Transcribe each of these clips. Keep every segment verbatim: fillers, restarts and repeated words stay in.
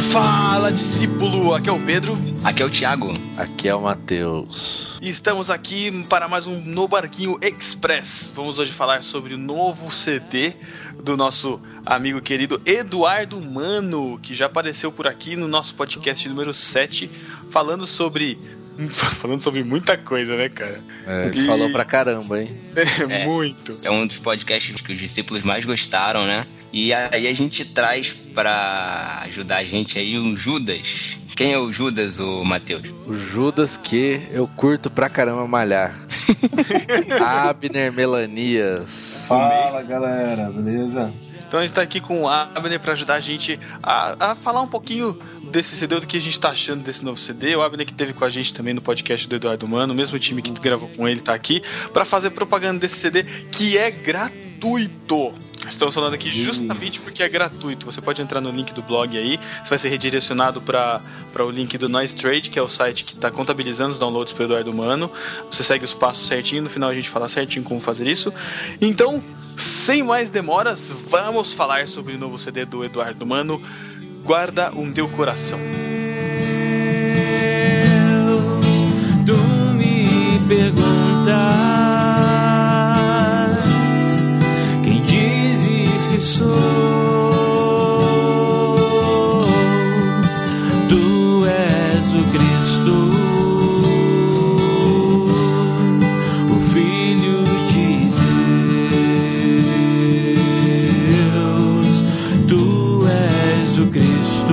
Fala, discípulo! Aqui é o Pedro. Aqui é o Thiago. Aqui é o Matheus. E estamos aqui para mais um No Barquinho Express. Vamos hoje falar sobre o novo C D do nosso amigo querido Eduardo Mano, que já apareceu por aqui no nosso podcast número sete, falando sobre... Falando sobre muita coisa, né, cara? É, ele e... falou pra caramba, hein? É, muito. É um dos podcasts que os discípulos mais gostaram, né? E aí a gente traz pra ajudar a gente aí o Judas. Quem é o Judas, o Matheus? O Judas que eu curto pra caramba malhar. Abner Melanias. Fala, galera, beleza? Então a gente tá aqui com o Abner pra ajudar a gente a, a falar um pouquinho desse C D, do que a gente tá achando desse novo C D. O Abner que teve com a gente também no podcast do Eduardo Mano, o mesmo time que gravou com ele tá aqui pra fazer propaganda desse C D, que é gratuito. Estamos falando aqui justamente porque é gratuito. Você pode entrar no link do blog aí, você vai ser redirecionado para o link do Noise Trade, que é o site que está contabilizando os downloads para o Eduardo Mano. Você segue os passos certinho, no final a gente fala certinho como fazer isso. Então, sem mais demoras, vamos falar sobre o novo C D do Eduardo Mano, Guarda o Teu Coração. Deus, tu me perguntas quem dizes que sou. Tu és o Cristo, o Filho de Deus. Tu és o Cristo,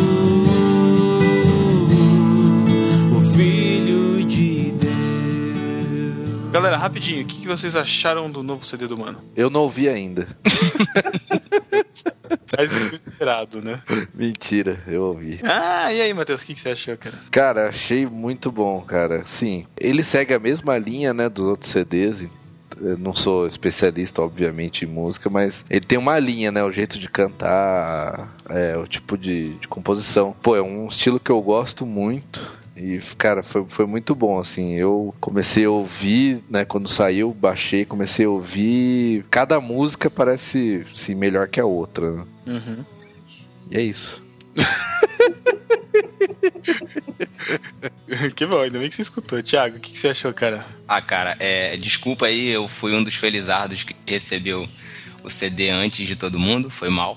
o Filho de Deus. Galera, rapidinho, o que vocês acharam do novo C D do Mano? Eu não ouvi ainda. Mas esperado, né? Mentira, eu ouvi. Ah, e aí, Matheus, o que você achou, cara? Cara, achei muito bom, cara. Sim, ele segue a mesma linha, né, dos outros C Ds. Eu não sou especialista, obviamente, em música, mas ele tem uma linha, né? O jeito de cantar, é, o tipo de, de composição. Pô, é um estilo que eu gosto muito. E, cara, foi, foi muito bom, assim. Eu comecei a ouvir, né? Quando saiu, baixei, comecei a ouvir. Cada música parece, assim, melhor que a outra, né? Uhum. E é isso. Que bom, ainda bem que você escutou. Thiago, o que você achou, cara? Ah, cara, é, desculpa aí, eu fui um dos felizardos que recebeu o C D antes de todo mundo, foi mal.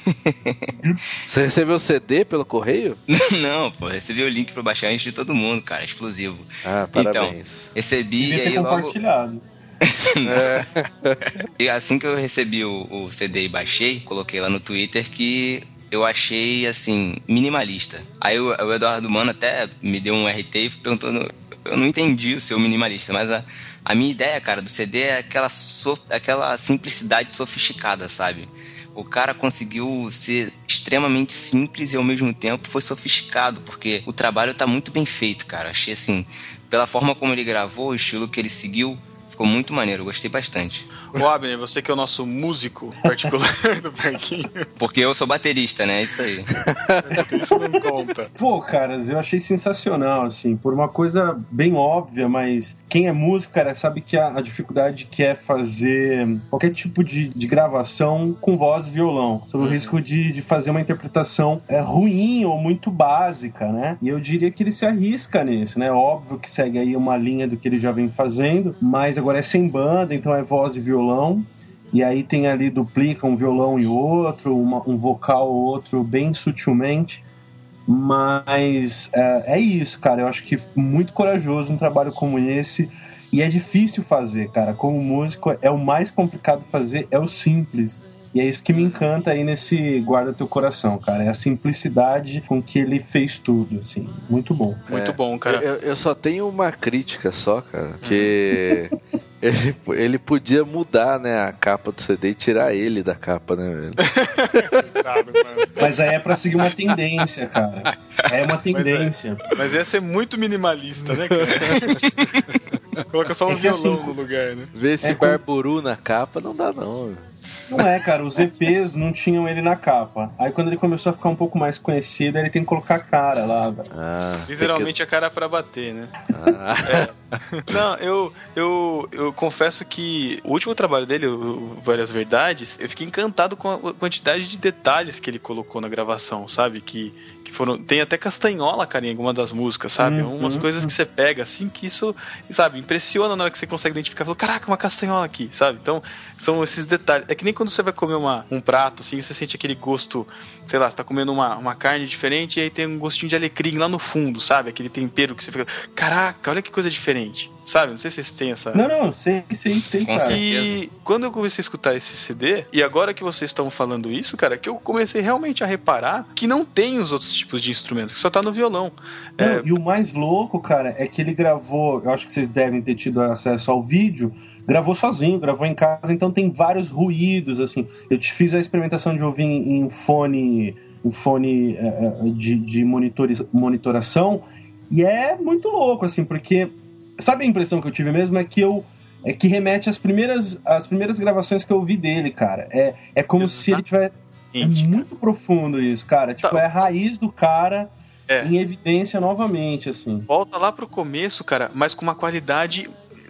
Você recebeu o C D pelo correio? Não, pô, recebi o link pra baixar antes de todo mundo, cara, explosivo. Ah, parabéns. Então, recebi e aí logo... compartilhado. É. E assim que eu recebi o, o C D e baixei, coloquei lá no Twitter que eu achei, assim, minimalista. Aí o, o Eduardo Mano até me deu um R T e perguntou... Eu não entendi o seu minimalista, mas a, a minha ideia, cara, do C D é aquela, so, aquela simplicidade sofisticada, sabe? O cara conseguiu ser extremamente simples e ao mesmo tempo foi sofisticado, porque o trabalho tá muito bem feito, cara. Achei assim, pela forma como ele gravou, o estilo que ele seguiu, ficou muito maneiro, eu gostei bastante. Ô Abner, você que é o nosso músico particular do Barquinho. Porque eu sou baterista, né? Isso aí. Isso não conta. Pô, caras, eu achei sensacional, assim, por uma coisa bem óbvia, mas quem é músico, cara, sabe que a, a dificuldade que é fazer qualquer tipo de, de gravação com voz e violão, sob o risco de, de fazer uma interpretação é, ruim ou muito básica, né? E eu diria que ele se arrisca nisso, né? Óbvio que segue aí uma linha do que ele já vem fazendo, mas agora é sem banda, então é voz e violão. E aí tem ali, duplica um violão e outro, uma, um vocal ou outro bem sutilmente. Mas é, é isso, cara. Eu acho que muito corajoso um trabalho como esse. E é difícil fazer, cara. Como músico, é o mais complicado fazer, é o simples. E é isso que me encanta aí nesse Guarda Teu Coração, cara. É a simplicidade com que ele fez tudo, assim. Muito bom. Muito é, bom, cara. Eu, eu só tenho uma crítica só, cara. Que ele, ele podia mudar, né, a capa do C D e tirar ele da capa, né, velho? Coitado, mano. Mas aí é pra seguir uma tendência, cara. É uma tendência. Mas, é, mas ia ser muito minimalista, né, cara? Coloca só um é que violão assim, no lugar, né? Ver esse é Barburu com... na capa não dá, não. Não é, cara, os E Pês não tinham ele na capa. Aí quando ele começou a ficar um pouco mais conhecido, ele tem que colocar a cara lá, velho. Ah, literalmente que... a cara pra bater, né? Ah. É. Não, eu, eu, eu confesso que o último trabalho dele, o Várias Verdades, eu fiquei encantado com a quantidade de detalhes que ele colocou na gravação, sabe? Que, que foram... Tem até castanhola, cara, em alguma das músicas, sabe? Uhum. Umas coisas que você pega, assim, que isso, sabe, impressiona na hora que você consegue identificar. Fala, caraca, uma castanhola aqui, sabe? Então, são esses detalhes. É que nem quando você vai comer uma, um prato, assim, você sente aquele gosto, sei lá, você tá comendo uma, uma carne diferente e aí tem um gostinho de alecrim lá no fundo, sabe? Aquele tempero que você fica, caraca, olha que coisa diferente, sabe? Não sei se vocês têm essa... Não, não, sei, sei, sei, cara. E quando eu comecei a escutar esse C D, e agora que vocês estão falando isso, cara, que eu comecei realmente a reparar que não tem os outros tipos de instrumentos, que só tá no violão. Não, é... E o mais louco, cara, é que ele gravou, eu acho que vocês devem ter tido acesso ao vídeo, gravou sozinho, gravou em casa, então tem vários ruídos, assim. Eu te fiz a experimentação de ouvir em, em fone, em fone uh, de, de monitoriz, monitoração, e é muito louco, assim, porque sabe a impressão que eu tive mesmo? É que eu é que remete às primeiras, às primeiras gravações que eu ouvi dele, cara. É, é como Exatamente. se ele tivesse... É muito profundo isso, cara. Tipo, tá. é a raiz do cara é. em evidência novamente, assim. Volta lá pro começo, cara, mas com uma qualidade...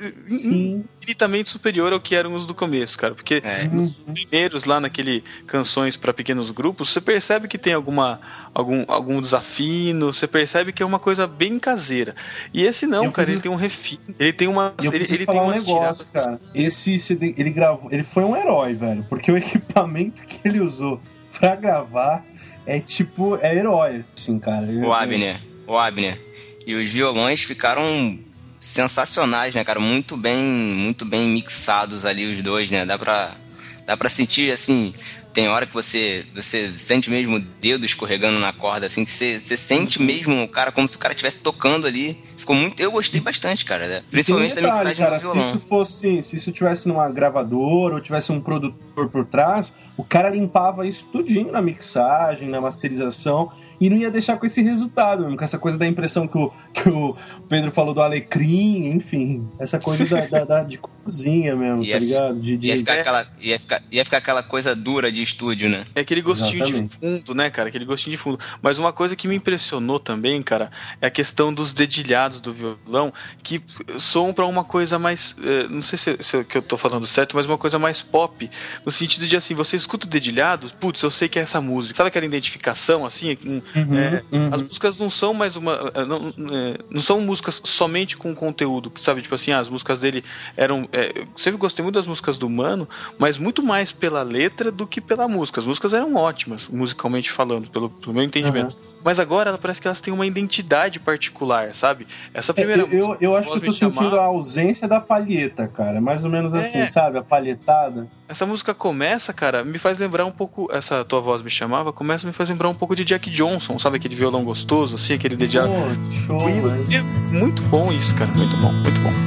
Sim. infinitamente superior ao que eram os do começo, cara, porque é. nos primeiros lá naquele Canções para Pequenos Grupos, você percebe que tem alguma, algum, algum desafino, você percebe que é uma coisa bem caseira, e esse não, eu cara, preciso... ele tem um refino, ele tem uma eu ele, ele falar tem um negócio, tiradas... cara, esse C D, ele gravou, ele foi um herói, velho, porque o equipamento que ele usou pra gravar é tipo, é herói, assim, cara. O Abner, o Abner, e os violões ficaram sensacionais, né, cara? Muito bem, muito bem mixados ali os dois, né? Dá pra, dá pra sentir, assim, tem hora que você, você sente mesmo o dedo escorregando na corda, assim, que você, você sente mesmo o cara como se o cara estivesse tocando ali. Ficou muito... Eu gostei bastante, cara, né? Principalmente detalhe, da mixagem cara, do violão. Se isso fosse, se isso tivesse numa gravadora ou tivesse um produtor por trás, o cara limpava isso tudinho na mixagem, na masterização... E não ia deixar com esse resultado mesmo, com essa coisa da impressão que o, que o Pedro falou do alecrim, enfim, essa coisa da, da, da, de cozinha mesmo, ia tá ligado? De, de... Ia, ficar aquela, ia, ficar, ia ficar aquela coisa dura de estúdio, né? É aquele gostinho Exatamente. de fundo, né, cara? Aquele gostinho de fundo. Mas uma coisa que me impressionou também, cara, é a questão dos dedilhados do violão, que soam pra uma coisa mais, eh, não sei se, se que eu tô falando certo, mas uma coisa mais pop, no sentido de assim, você escuta o dedilhado, putz, eu sei que é essa música. Sabe aquela identificação, assim, um, Uhum, é, uhum. As músicas não são mais uma não, é, não são músicas somente com conteúdo, sabe, tipo assim, ah, as músicas dele eram, é, eu sempre gostei muito das músicas do Mano, mas muito mais pela letra do que pela música. As músicas eram ótimas, musicalmente falando, pelo, pelo meu entendimento, uhum. mas agora ela parece que elas têm uma identidade particular, sabe? Essa primeira é, eu, eu, eu acho que eu tô sentindo chamar... a ausência da palheta, cara, mais ou menos é. assim, sabe, a palhetada. Essa música começa, cara, me faz lembrar um pouco, essa Tua Voz Me Chamava, começa a me faz lembrar um pouco de Jack Johnson, sabe? Aquele violão gostoso, assim, aquele dedilhado. Oh, show, é muito bom isso, cara, muito bom, muito bom.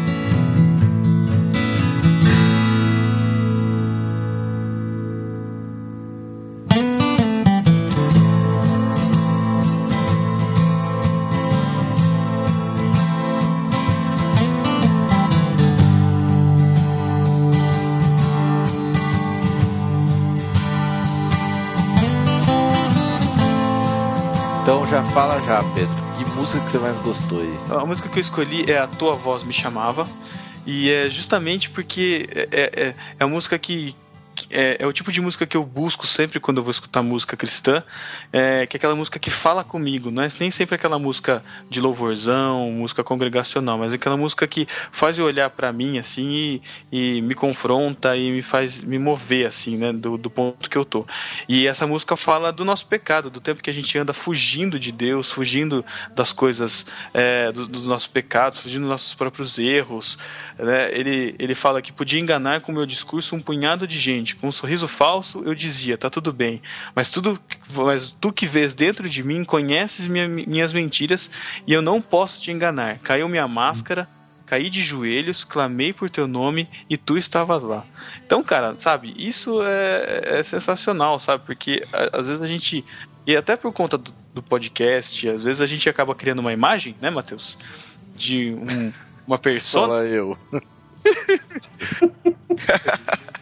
Então já fala já, Pedro, que música que você mais gostou aí? A música que eu escolhi é A Tua Voz Me Chamava, e é justamente porque é, é, é a música que É, é o tipo de música que eu busco sempre quando eu vou escutar música cristã, é, que é aquela música que fala comigo, não é nem sempre aquela música de louvorzão, música congregacional, mas aquela música que faz eu olhar pra mim assim e, e me confronta e me faz me mover assim, né, do, do ponto que eu tô. E essa música fala do nosso pecado, do tempo que a gente anda fugindo de Deus, fugindo das coisas, é, do, dos nossos pecados, fugindo dos nossos próprios erros, né? Ele, ele fala que podia enganar com o meu discurso um punhado de gente. Com um sorriso falso, eu dizia, tá tudo bem. Mas, tudo, mas tu que vês dentro de mim, conheces minha, minhas mentiras e eu não posso te enganar. Caiu minha máscara, caí de joelhos, clamei por teu nome e tu estavas lá. Então, cara, sabe, isso é, é sensacional, sabe? Porque a, às vezes a gente, e até por conta do, do podcast, às vezes a gente acaba criando uma imagem, né, Matheus? De um, uma persona. Fala eu.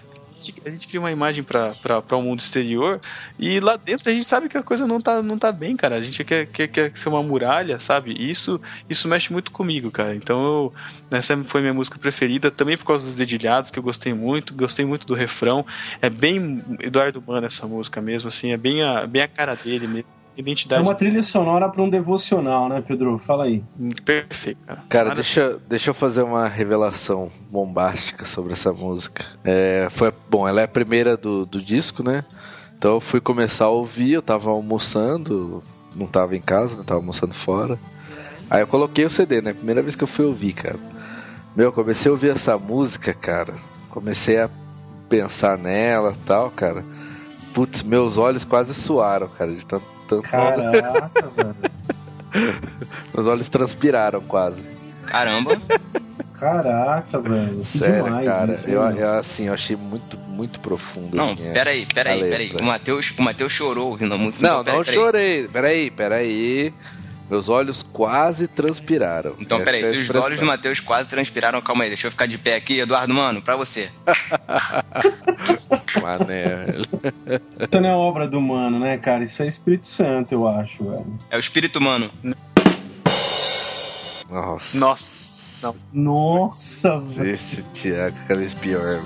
gente, a gente cria uma imagem pra, pra, pra um mundo exterior e lá dentro a gente sabe que a coisa não tá, não tá bem, cara. A gente quer, quer, quer ser uma muralha, sabe? E isso, isso mexe muito comigo, cara. Então eu, essa foi minha música preferida, também por causa dos dedilhados, que eu gostei muito, gostei muito do refrão. É bem Eduardo Mano essa música mesmo, assim, é bem a, bem a cara dele mesmo. Identidade. É uma trilha sonora pra um devocional, né, Pedro? Fala aí. Perfeito, cara. Cara, deixa, deixa eu fazer uma revelação bombástica sobre essa música. É, foi, bom, ela é a primeira do, do disco, né? Então eu fui começar a ouvir, eu tava almoçando, não tava em casa, né? Tava almoçando fora. Aí eu coloquei o C D, né? Primeira vez que eu fui ouvir, cara. Meu, eu comecei a ouvir essa música, cara. Comecei a pensar nela e tal, cara. Putz, meus olhos quase suaram, cara, de tanto. tanto... Caraca, velho. Meus olhos transpiraram quase. Caramba. Caraca, velho. Que Sério, demais cara. isso, eu, né? eu, assim, eu achei muito, muito profundo. Não, assim, peraí, peraí, a peraí. letra. O Matheus, o Matheus chorou ouvindo a música. Não, então, não peraí, peraí. chorei. Peraí, peraí. Meus olhos quase transpiraram. Então, Essa peraí, é a se os expressão. olhos do Matheus quase transpiraram, calma aí, deixa eu ficar de pé aqui. Eduardo, mano, pra você. Mané. Isso não é obra do Mano, né, cara? Isso é Espírito Santo, eu acho, velho. É o espírito humano. Nossa. Nossa. Não. Nossa, velho. Esse Thiago, cada vez pior.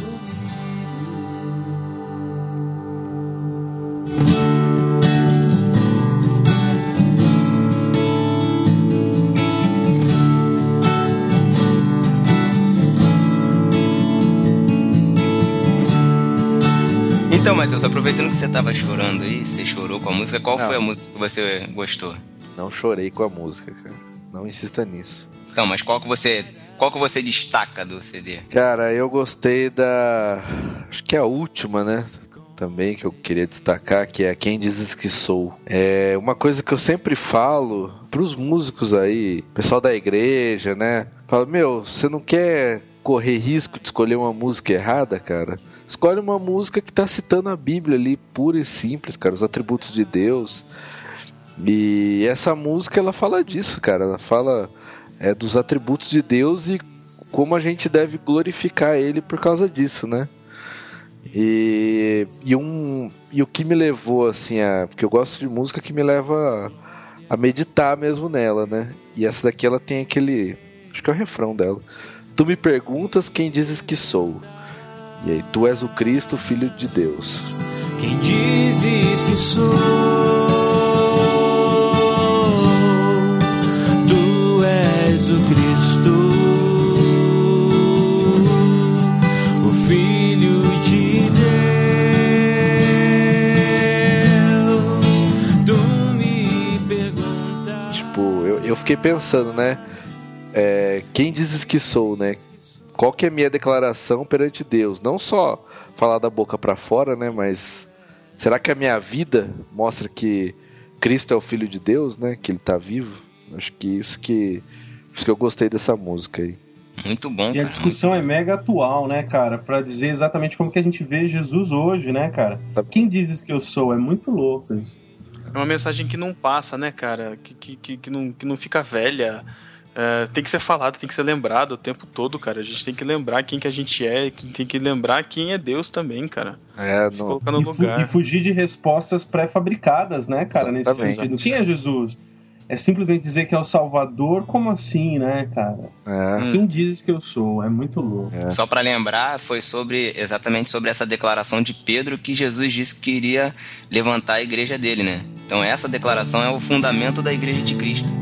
Então, Matheus, aproveitando que você tava chorando aí, você chorou com a música, qual Não. foi a música que você gostou? Não chorei com a música, cara. Não insista nisso. Então, mas qual que você, qual que você destaca do C D? Cara, eu gostei da... Acho que é a última, né? Também que eu queria destacar, que é Quem Dizes Que Sou. É uma coisa que eu sempre falo pros músicos aí, pessoal da igreja, né? Fala, meu, você não quer correr risco de escolher uma música errada, cara? Escolhe uma música que tá citando a Bíblia ali, pura e simples, cara, os atributos de Deus. E essa música, ela fala disso, cara. Ela fala é, dos atributos de Deus e como a gente deve glorificar Ele por causa disso, né? E, e, um, e o que me levou, assim, a... Porque eu gosto de música que me leva a, a meditar mesmo nela, né? E essa daqui, ela tem aquele... Acho que é o refrão dela. Tu me perguntas quem dizes que sou. E aí, tu és o Cristo, Filho de Deus. Quem dizes que sou, tu és o Cristo, o Filho de Deus. Tu me perguntas. Tipo, eu, eu fiquei pensando, né? É, quem dizes que sou, né? Qual que é a minha declaração perante Deus? Não só falar da boca pra fora, né? Mas será que a minha vida mostra que Cristo é o Filho de Deus, né? Que Ele tá vivo? Acho que isso que, isso que eu gostei dessa música aí. Muito bom, E a cara. discussão é mega atual, né, cara? Pra dizer exatamente como que a gente vê Jesus hoje, né, cara? Quem dizes que eu sou? É muito louco isso. É uma mensagem que não passa, né, cara? Que, que, que, que, não, que não fica velha. É, tem que ser falado, tem que ser lembrado o tempo todo, cara. A gente tem que lembrar quem que a gente é, tem que lembrar quem é Deus também, cara. É, Se não... colocar no E, fu- lugar. e fugir de respostas pré-fabricadas, né, cara? Nesse Exatamente. sentido. Quem é Jesus? É simplesmente dizer que é o Salvador? Como assim, né, cara? É, Hum. Quem dizes que eu sou? É muito louco. é. Só para lembrar, foi sobre exatamente sobre essa declaração de Pedro que Jesus disse que iria levantar a igreja dele, né? Então essa declaração é o fundamento da igreja de Cristo.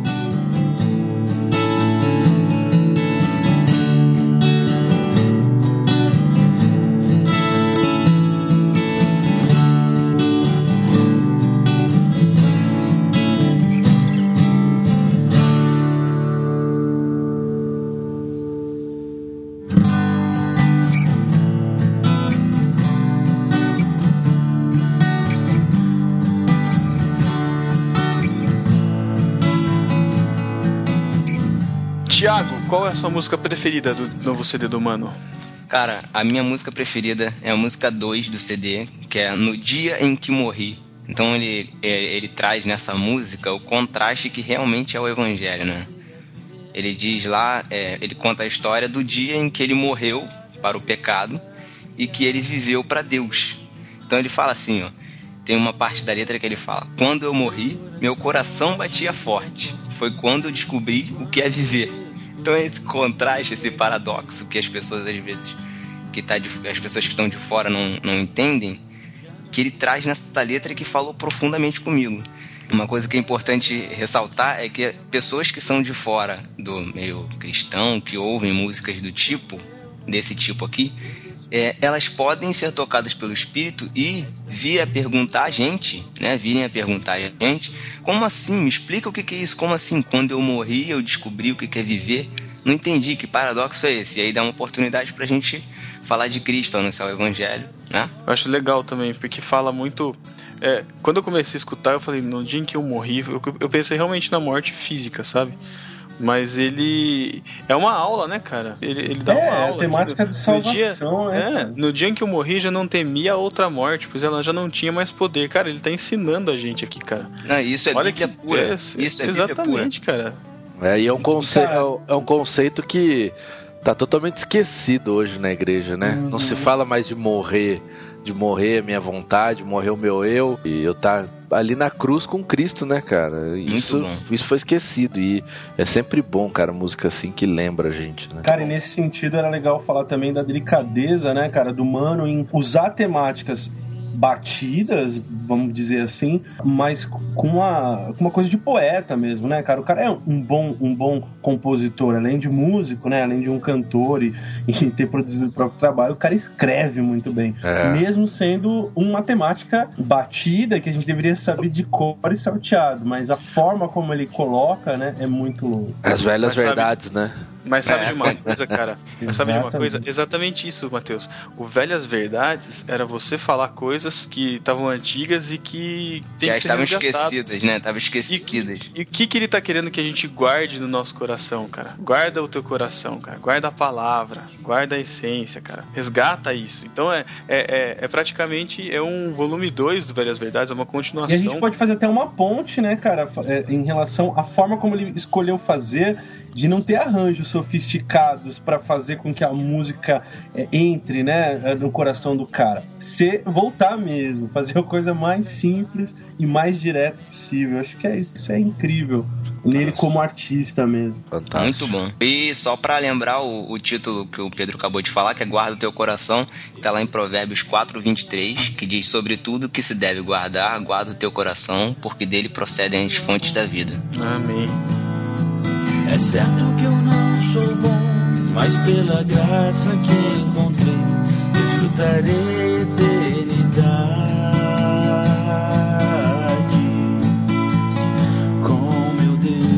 Tiago, qual é a sua música preferida do novo C D do Mano? Cara, a minha música preferida é a música dois do C D, que é No Dia em que Morri. Então ele, é, ele traz nessa música o contraste que realmente é o evangelho, né? Ele diz lá, é, ele conta a história do dia em que ele morreu para o pecado e que ele viveu para Deus. Então ele fala assim, ó, tem uma parte da letra que ele fala: quando eu morri, meu coração batia forte. Foi quando eu descobri o que é viver. Então é esse contraste, esse paradoxo que as pessoas às vezes, que tá de, as pessoas que estão de fora não, não entendem, que ele traz nessa letra que falou profundamente comigo. Uma coisa que é importante ressaltar é que pessoas que são de fora do meio cristão, que ouvem músicas do tipo, desse tipo aqui, é, elas podem ser tocadas pelo Espírito e vir a perguntar a gente, né? Virem a perguntar a gente: como assim? Me explica o que, que é isso? Como assim? Quando eu morri, eu descobri o que, que é viver? Não entendi, que paradoxo é esse? E aí dá uma oportunidade pra gente falar de Cristo, anunciar o Evangelho, né? Eu acho legal também, porque fala muito... É, quando eu comecei a escutar, eu falei, no dia em que eu morri, eu, eu pensei realmente na morte física, sabe? Mas ele é uma aula, né, cara? Ele, ele dá é, uma aula. É, a temática no, de salvação, no dia, né? É, no dia em que eu morri, já não temia outra morte, pois ela já não tinha mais poder. Cara, ele tá ensinando a gente aqui, cara. Não, isso é Olha Bíblia que pura. É, isso é exatamente, Bíblia pura. cara. É, e é um, conce... é um conceito que tá totalmente esquecido hoje na igreja, né? Uhum. Não se fala mais de morrer, de morrer a minha vontade, morrer o meu eu, e eu tá ali na cruz com Cristo, né, cara? Isso, isso foi esquecido, e é sempre bom, cara, música assim que lembra a gente, né? Cara, e nesse sentido era legal falar também da delicadeza, né, cara, do Mano em usar temáticas batidas, vamos dizer assim, mas com uma, com uma coisa de poeta mesmo, né, cara? O cara é um bom, um bom compositor, além de músico, né, além de um cantor e, e ter produzido o próprio trabalho, o cara escreve muito bem, é. Mesmo sendo uma temática batida que a gente deveria saber de cor e salteado, mas a forma como ele coloca, né, é muito... As velhas mas verdades, sabe... né? Mas sabe é. de uma coisa, cara? Sabe de uma coisa? Exatamente isso, Matheus. O Velhas Verdades era você falar coisas que estavam antigas e que já estavam esquecidas, né? Estavam esquecidas. E o que, que ele tá querendo que a gente guarde no nosso coração, cara? Guarda o teu coração, cara. Guarda a palavra. Guarda a essência, cara. Resgata isso. Então é, é, é, é praticamente é um volume dois do Velhas Verdades, é uma continuação. E a gente pode fazer até uma ponte, né, cara? Em relação à forma como ele escolheu fazer, de não ter arranjos sofisticados para fazer com que a música é, entre, né, no coração do cara. Se voltar mesmo, fazer a coisa mais simples e mais direta possível. Acho que é, isso é incrível nele como artista mesmo. Fantástico. Muito bom. E só para lembrar o, o título que o Pedro acabou de falar, que é Guarda o Teu Coração, tá lá em Provérbios quatro, vinte e três, que diz: sobre tudo que se deve guardar, guarda o teu coração, porque dele procedem as fontes da vida. Amém. É certo que eu não sou bom, mas pela graça que encontrei, desfrutarei a eternidade com meu Deus.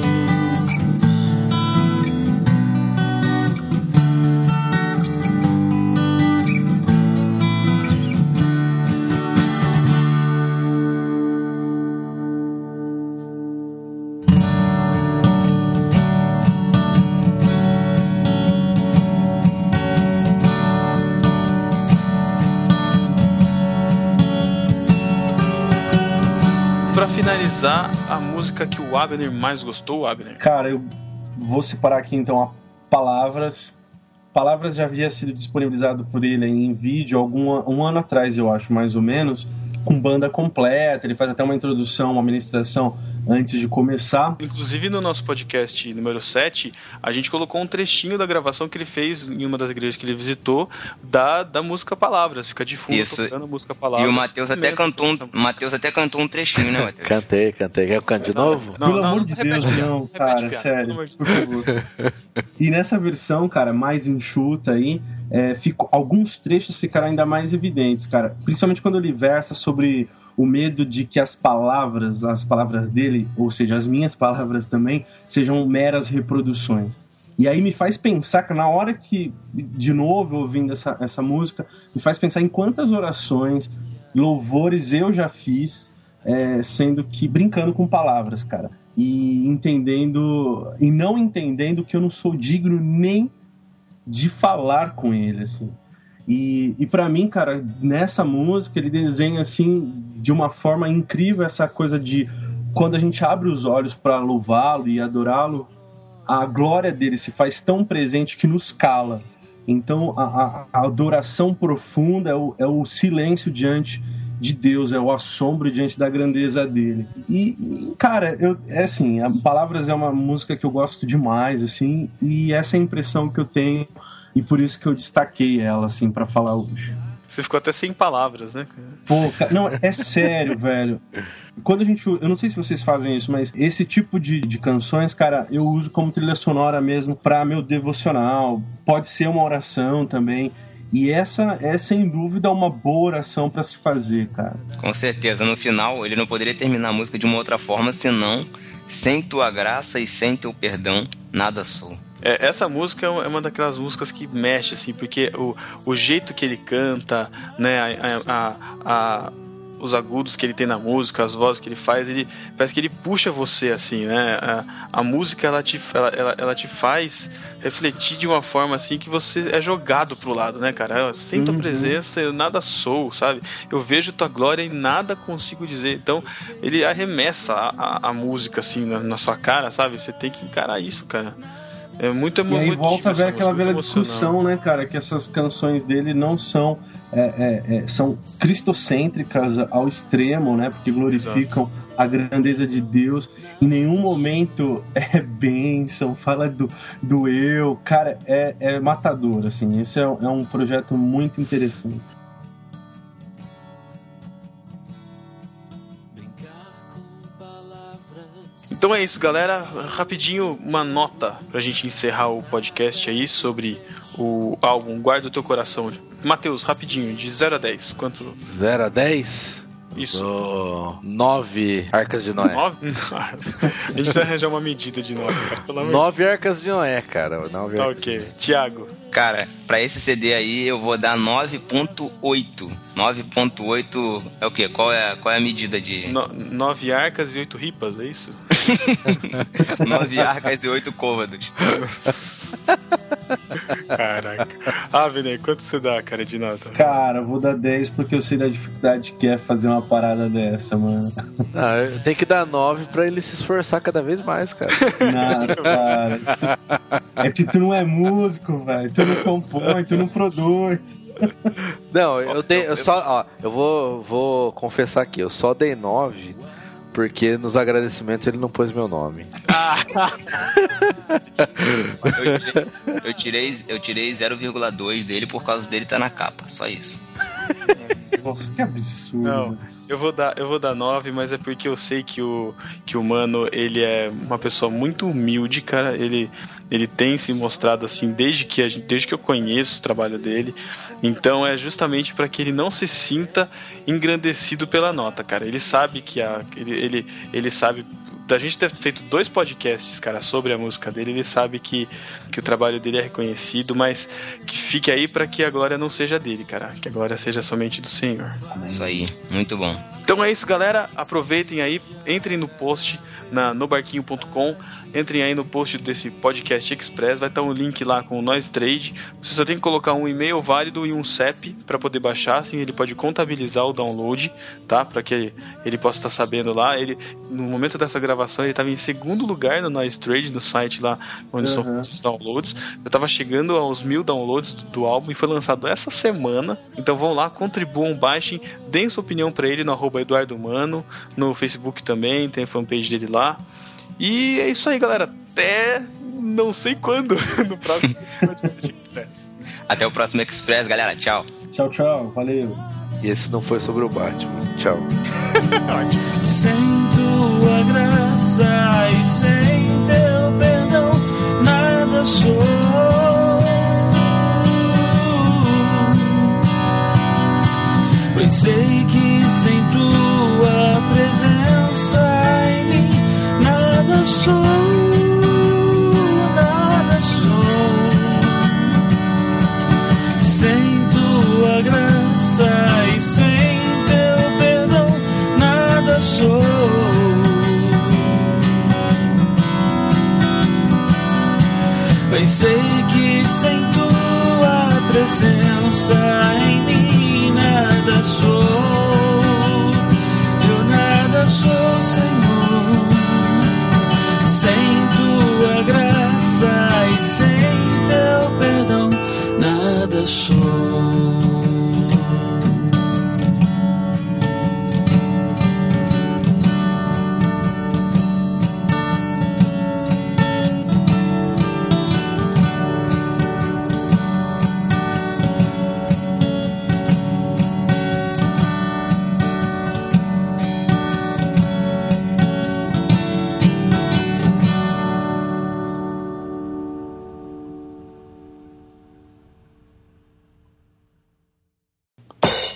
Pra finalizar, a música que o Abner mais gostou, Abner? Cara, eu vou separar aqui então a Palavras. Palavras já havia sido disponibilizado por ele em vídeo algum um ano atrás, eu acho, mais ou menos, com banda completa. Ele faz até uma introdução, uma ministração antes de começar. Inclusive no nosso podcast número sete, a gente colocou um trechinho da gravação que ele fez em uma das igrejas que ele visitou da, da música Palavras. Fica de fundo Isso. tocando a música Palavras. E o Matheus até cantou um, Matheus até cantou um trechinho, né, Matheus? Cantei, cantei. Quer que eu cante de novo? Não, Pelo não, amor de Deus, repete, não, repete, cara, repete, sério, repete. por favor. E nessa versão, cara, mais enxuta aí, é, ficou, alguns trechos ficaram ainda mais evidentes, cara. Principalmente quando ele versa sobre o medo de que as palavras, as palavras dele, ou seja, as minhas palavras também, sejam meras reproduções. E aí me faz pensar que na hora que, de novo, ouvindo essa, essa música, me faz pensar em quantas orações, louvores eu já fiz, é, sendo que brincando com palavras, cara. E entendendo, e não entendendo que eu não sou digno nem de falar com ele, assim. E, e pra mim, cara, nessa música ele desenha, assim, de uma forma incrível essa coisa de quando a gente abre os olhos para louvá-lo e adorá-lo, a glória dele se faz tão presente que nos cala. Então a, a, a adoração profunda é o, é o silêncio diante de Deus, é o assombro diante da grandeza dele. E, e cara, eu, é assim, a Palavras é uma música que eu gosto demais, assim, e essa é a impressão que eu tenho, e por isso que eu destaquei ela, assim, pra falar hoje. Você ficou até sem palavras, né? Pô, cara, não, é sério, velho. Quando a gente... Eu não sei se vocês fazem isso, mas esse tipo de, de canções, cara, eu uso como trilha sonora mesmo pra meu devocional. Pode ser uma oração também. E essa é, sem dúvida, uma boa oração pra se fazer, cara. Com certeza. No final, ele não poderia terminar a música de uma outra forma, senão, sem tua graça e sem teu perdão, nada sou. É, essa música é uma daquelas músicas que mexe, assim, porque o, o jeito que ele canta, né, a, a, a, os agudos que ele tem na música, as vozes que ele faz, ele parece que ele puxa você, assim, né? A, a música, ela te, ela, ela, ela te faz refletir de uma forma, assim, que você é jogado pro lado, né, cara? Sem tua uhum. presença, eu nada sou, sabe? Eu vejo tua glória e nada consigo dizer. Então, ele arremessa a, a, a música, assim, na, na sua cara, sabe? Você tem que encarar isso, cara. É muito E aí muito volta a ver aquela velha emocional. discussão, né, cara? Que essas canções dele não são é, é, é, são cristocêntricas ao extremo, né? Porque glorificam Exato. a grandeza de Deus. Em nenhum momento é bênção, fala do, do eu. Cara, é, é matador, assim. Esse é, é um projeto muito interessante. Então é isso, galera. Rapidinho, uma nota pra gente encerrar o podcast aí sobre o álbum Guarda o Teu Coração. Matheus, rapidinho, de zero a dez, quanto? zero a dez? Isso. Do... nove Arcas de Noé. nove? A gente precisa arranjar uma medida de nove, cara. Pelo amor nove Arcas de Noé, cara. nove tá ok. Tiago. Cara, pra esse C D aí eu vou dar nove ponto oito. nove ponto oito é o quê? Qual é, qual é a medida de... No, nove arcas e oito ripas, é isso? nove arcas e oito côvados. Caraca. Ah, Vini, quanto você dá, cara, de nota? Cara, eu vou dar dez porque eu sei da dificuldade que é fazer uma parada dessa, mano. Ah, tem que dar nove pra ele se esforçar cada vez mais, cara. Não, cara. Tu, é que tu não é músico, velho. Tu não compõe, tu não produz. Não, eu dei. Eu só, ó, eu vou, vou confessar aqui, eu só dei nove porque nos agradecimentos ele não pôs meu nome. eu, tirei, eu tirei, eu tirei zero vírgula dois dele por causa dele estar na capa, só isso. Nossa, que absurdo. Não, eu vou dar, eu vou dar nove, mas é porque eu sei que o, que o Mano, ele é uma pessoa muito humilde, cara. Ele, ele tem se mostrado assim desde que, a gente, desde que eu conheço o trabalho dele. Então é justamente para que ele não se sinta engrandecido pela nota, cara. Ele sabe que a, ele, ele, ele sabe da gente ter feito dois podcasts, cara, sobre a música dele. Ele sabe que, que o trabalho dele é reconhecido, mas que fique aí para que a glória não seja dele, cara. Que a glória seja somente do Senhor. Isso aí, muito bom. Então é isso, galera. Aproveitem aí, entrem no post na nobarquinho ponto com, entrem aí no post desse podcast Express, vai estar um link lá com o Noise Trade. Você só tem que colocar um e-mail válido e um C E P para poder baixar, assim ele pode contabilizar o download, tá? Para que ele possa estar sabendo lá. Ele, no momento dessa gravação, ele estava em segundo lugar no Noise Trade, no site lá onde uhum. são os downloads. Eu estava chegando aos mil downloads do, do álbum e foi lançado essa semana. Então vão lá, contribuam, baixem, deem sua opinião para ele no arroba Eduardo Mano, no Facebook também, tem a fanpage dele lá. E é isso aí, galera. Até não sei quando no próximo podcast Express. Até o próximo Express, galera. Tchau. Tchau, tchau. Valeu. E esse não foi sobre o Batman. Tchau. Sem tua graça e sem teu perdão, nada sou. Pois sei que sem tua presença em mim nada sou, nada sou. Sem tua graça e sem teu perdão nada sou. Pois sei que sem tua presença em mim nada sou. Eu nada sou, Senhor. Sem tua graça e sem teu perdão nada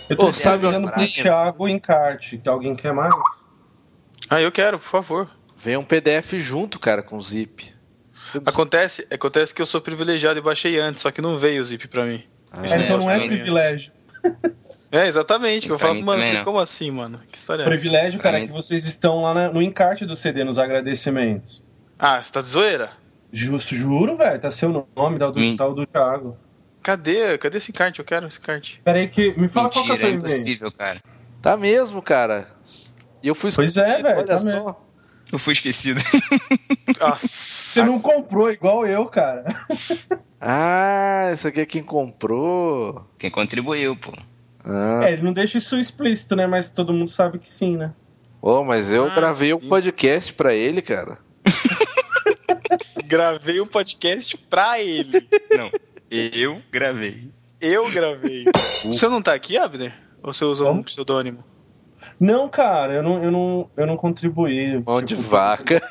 Eu tô Ô, sabe dizendo uma pro Thiago o encarte, que alguém quer mais? Ah, eu quero, por favor. Vem um P D F junto, cara, com zip. Você não Acontece, acontece que eu sou privilegiado e baixei antes, só que não veio o zip pra mim. Ah, É, então não é também. privilégio. É, exatamente. Que eu Pra falo, mim mano, também não. como assim, mano? Que história é essa? Privilégio, cara, é Também. que vocês estão lá na- no encarte do C D, nos agradecimentos. Ah, você tá de zoeira? Justo, juro, velho. Tá seu nome, tá o do, Hum. tá o do Thiago. Cadê? Cadê esse encarte? Eu quero esse encarte. Pera aí que... Me fala qual que é o Mentira, teu é e-mail. impossível, cara. Tá mesmo, cara. E eu fui Pois é, velho, olha tá só. mesmo. Eu fui esquecido. Nossa. Você não comprou igual eu, cara. Ah, isso aqui é quem comprou. Quem contribuiu, pô. Ah. É, ele não deixa isso explícito, né? Mas todo mundo sabe que sim, né? Ô, mas eu Ah, gravei um sim. podcast pra ele, cara. Gravei um podcast pra ele. Não, eu gravei. Eu gravei. Você não tá aqui, Abner? Ou você usa um Como? pseudônimo? Não, cara, eu não, eu não, eu não contribuí. Mão de tipo, vaca.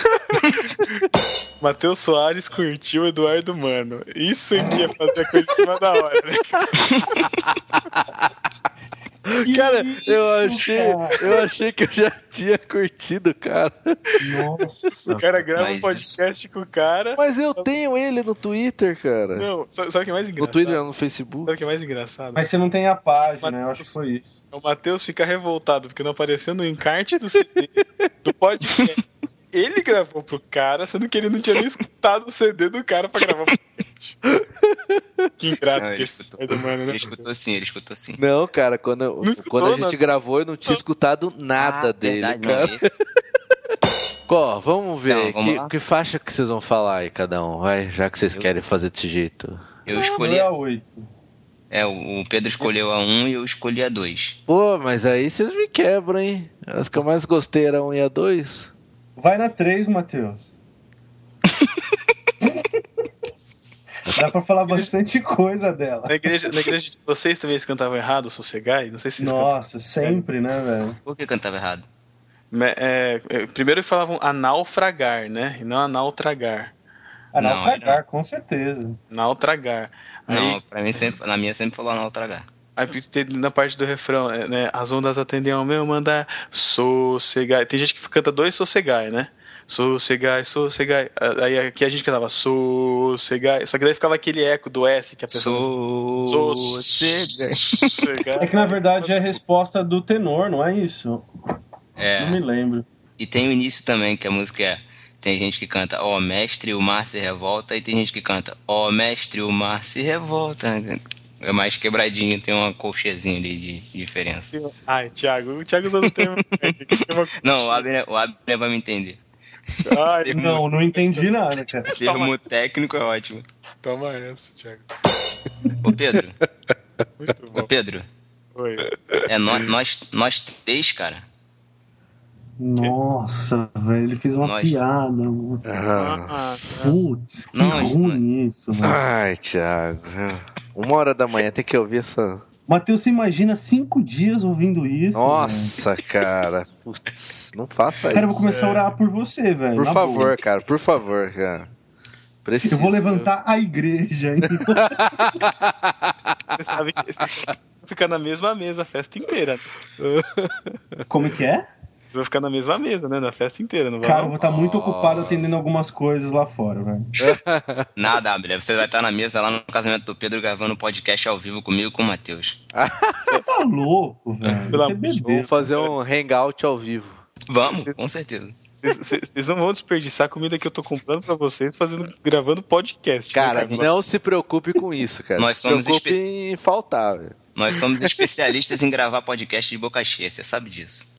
Matheus Soares curtiu Eduardo Mano. Isso aqui é fazer a coisa em cima da hora, né? Que Cara, isso, eu achei, cara? eu achei que eu já tinha curtido, cara. Nossa. O cara grava Mas um podcast com o cara. Mas eu tenho ele no Twitter, cara. Não, sabe sabe o que é mais No engraçado? Twitter, não, no Sabe Facebook. o que é mais engraçado? Mas você não tem a página, Mas- eu acho que foi isso. O Matheus fica revoltado porque não apareceu no encarte do C D do podcast. Ele gravou pro cara, sendo que ele não tinha nem escutado o C D do cara pra gravar o podcast. Que ingrato Não, que ele esse escutou. Eduardo Mano, né? Ele escutou sim, ele escutou sim. Não, cara, quando, eu- Não escutou, quando a gente não? gravou, eu não tinha escutado nada Ah, dele, verdade, cara. não, esse. Ó, vamos ver. Então, vamos que, lá? que faixa que vocês vão falar aí, cada um? Vai, já que vocês Eu- querem fazer desse jeito. Eu escolhi. Foi a oito. É, o Pedro escolheu a um e eu escolhi a dois. Pô, mas aí vocês me quebram, hein? As que eu mais gostei era um e a dois. Vai na três, Matheus. Dá pra falar bastante coisa dela. Na igreja, na igreja de vocês também eles cantavam errado, o Sossegai? Não sei se vocês Nossa, sempre, né, velho? Por que cantava errado? cantavam. É, é, primeiro falavam anal-fragar, né? E não anal-tragar. Ah, Não, naufragar, não. com certeza. Anal-tragar. Aí, Não, pra mim sempre, na minha sempre falou não tragar. aí tem na parte do refrão, é, né? As ondas atendem ao meu mandar, sossegai. Tem gente que canta dois sossegai, né? Sossegai, sossegai. Aí aqui a gente cantava sossegai. Só que daí ficava aquele eco do S que a pessoa. Sossegai. Sossegai. É que na verdade é a resposta do tenor, não é isso? Não me É, lembro. e tem o início também, que a música é. Tem gente que canta, ó mestre, o mar se revolta, e tem gente que canta, ó mestre, o mar se revolta. É mais quebradinho, tem uma colchezinha ali de diferença. Ai, Thiago, o Thiago usando o termo. Não, o Abner, o Abner vai me entender. Ai, Termo, Não, não entendi nada, cara. termo técnico é ótimo. toma essa, Thiago. Ô Pedro, Muito ô bom. Pedro, Oi. é nós, nós, nós três, cara. Nossa, velho, ele fez uma Nós. piada. Mano. Ah. Ah, Putz, que Nós, ruim isso, velho. Ai, Thiago. Uma hora da manhã tem que ouvir essa. Matheus, você imagina cinco dias ouvindo isso? Nossa, cara. Putz, não faça velho? Cara, eu isso. vou começar a orar por você, velho. Por na favor, boa. cara, por favor, cara. Preciso, Eu vou levantar a igreja aí. você sabe que vocês vão ficar na mesma mesa a festa inteira. Como que é? Vocês vão ficar na mesma mesa, né? Na festa inteira, não vai? Cara, eu não? vou estar muito ocupado atendendo algumas coisas lá fora, velho. Nada, Abner, você vai estar na mesa lá no casamento do Pedro gravando podcast ao vivo comigo e com o Matheus. Você tá louco, velho. Pelo Você amor de bebeu. Vamos fazer um hangout ao vivo. Vamos, com certeza. Vocês vocês não vão desperdiçar a comida que eu tô comprando pra vocês fazendo, gravando podcast. né, Cara, não se preocupe com isso, cara. Nós se somos preocupe espe- em faltar, velho. Nós somos especialistas em gravar podcast de boca cheia, você sabe disso.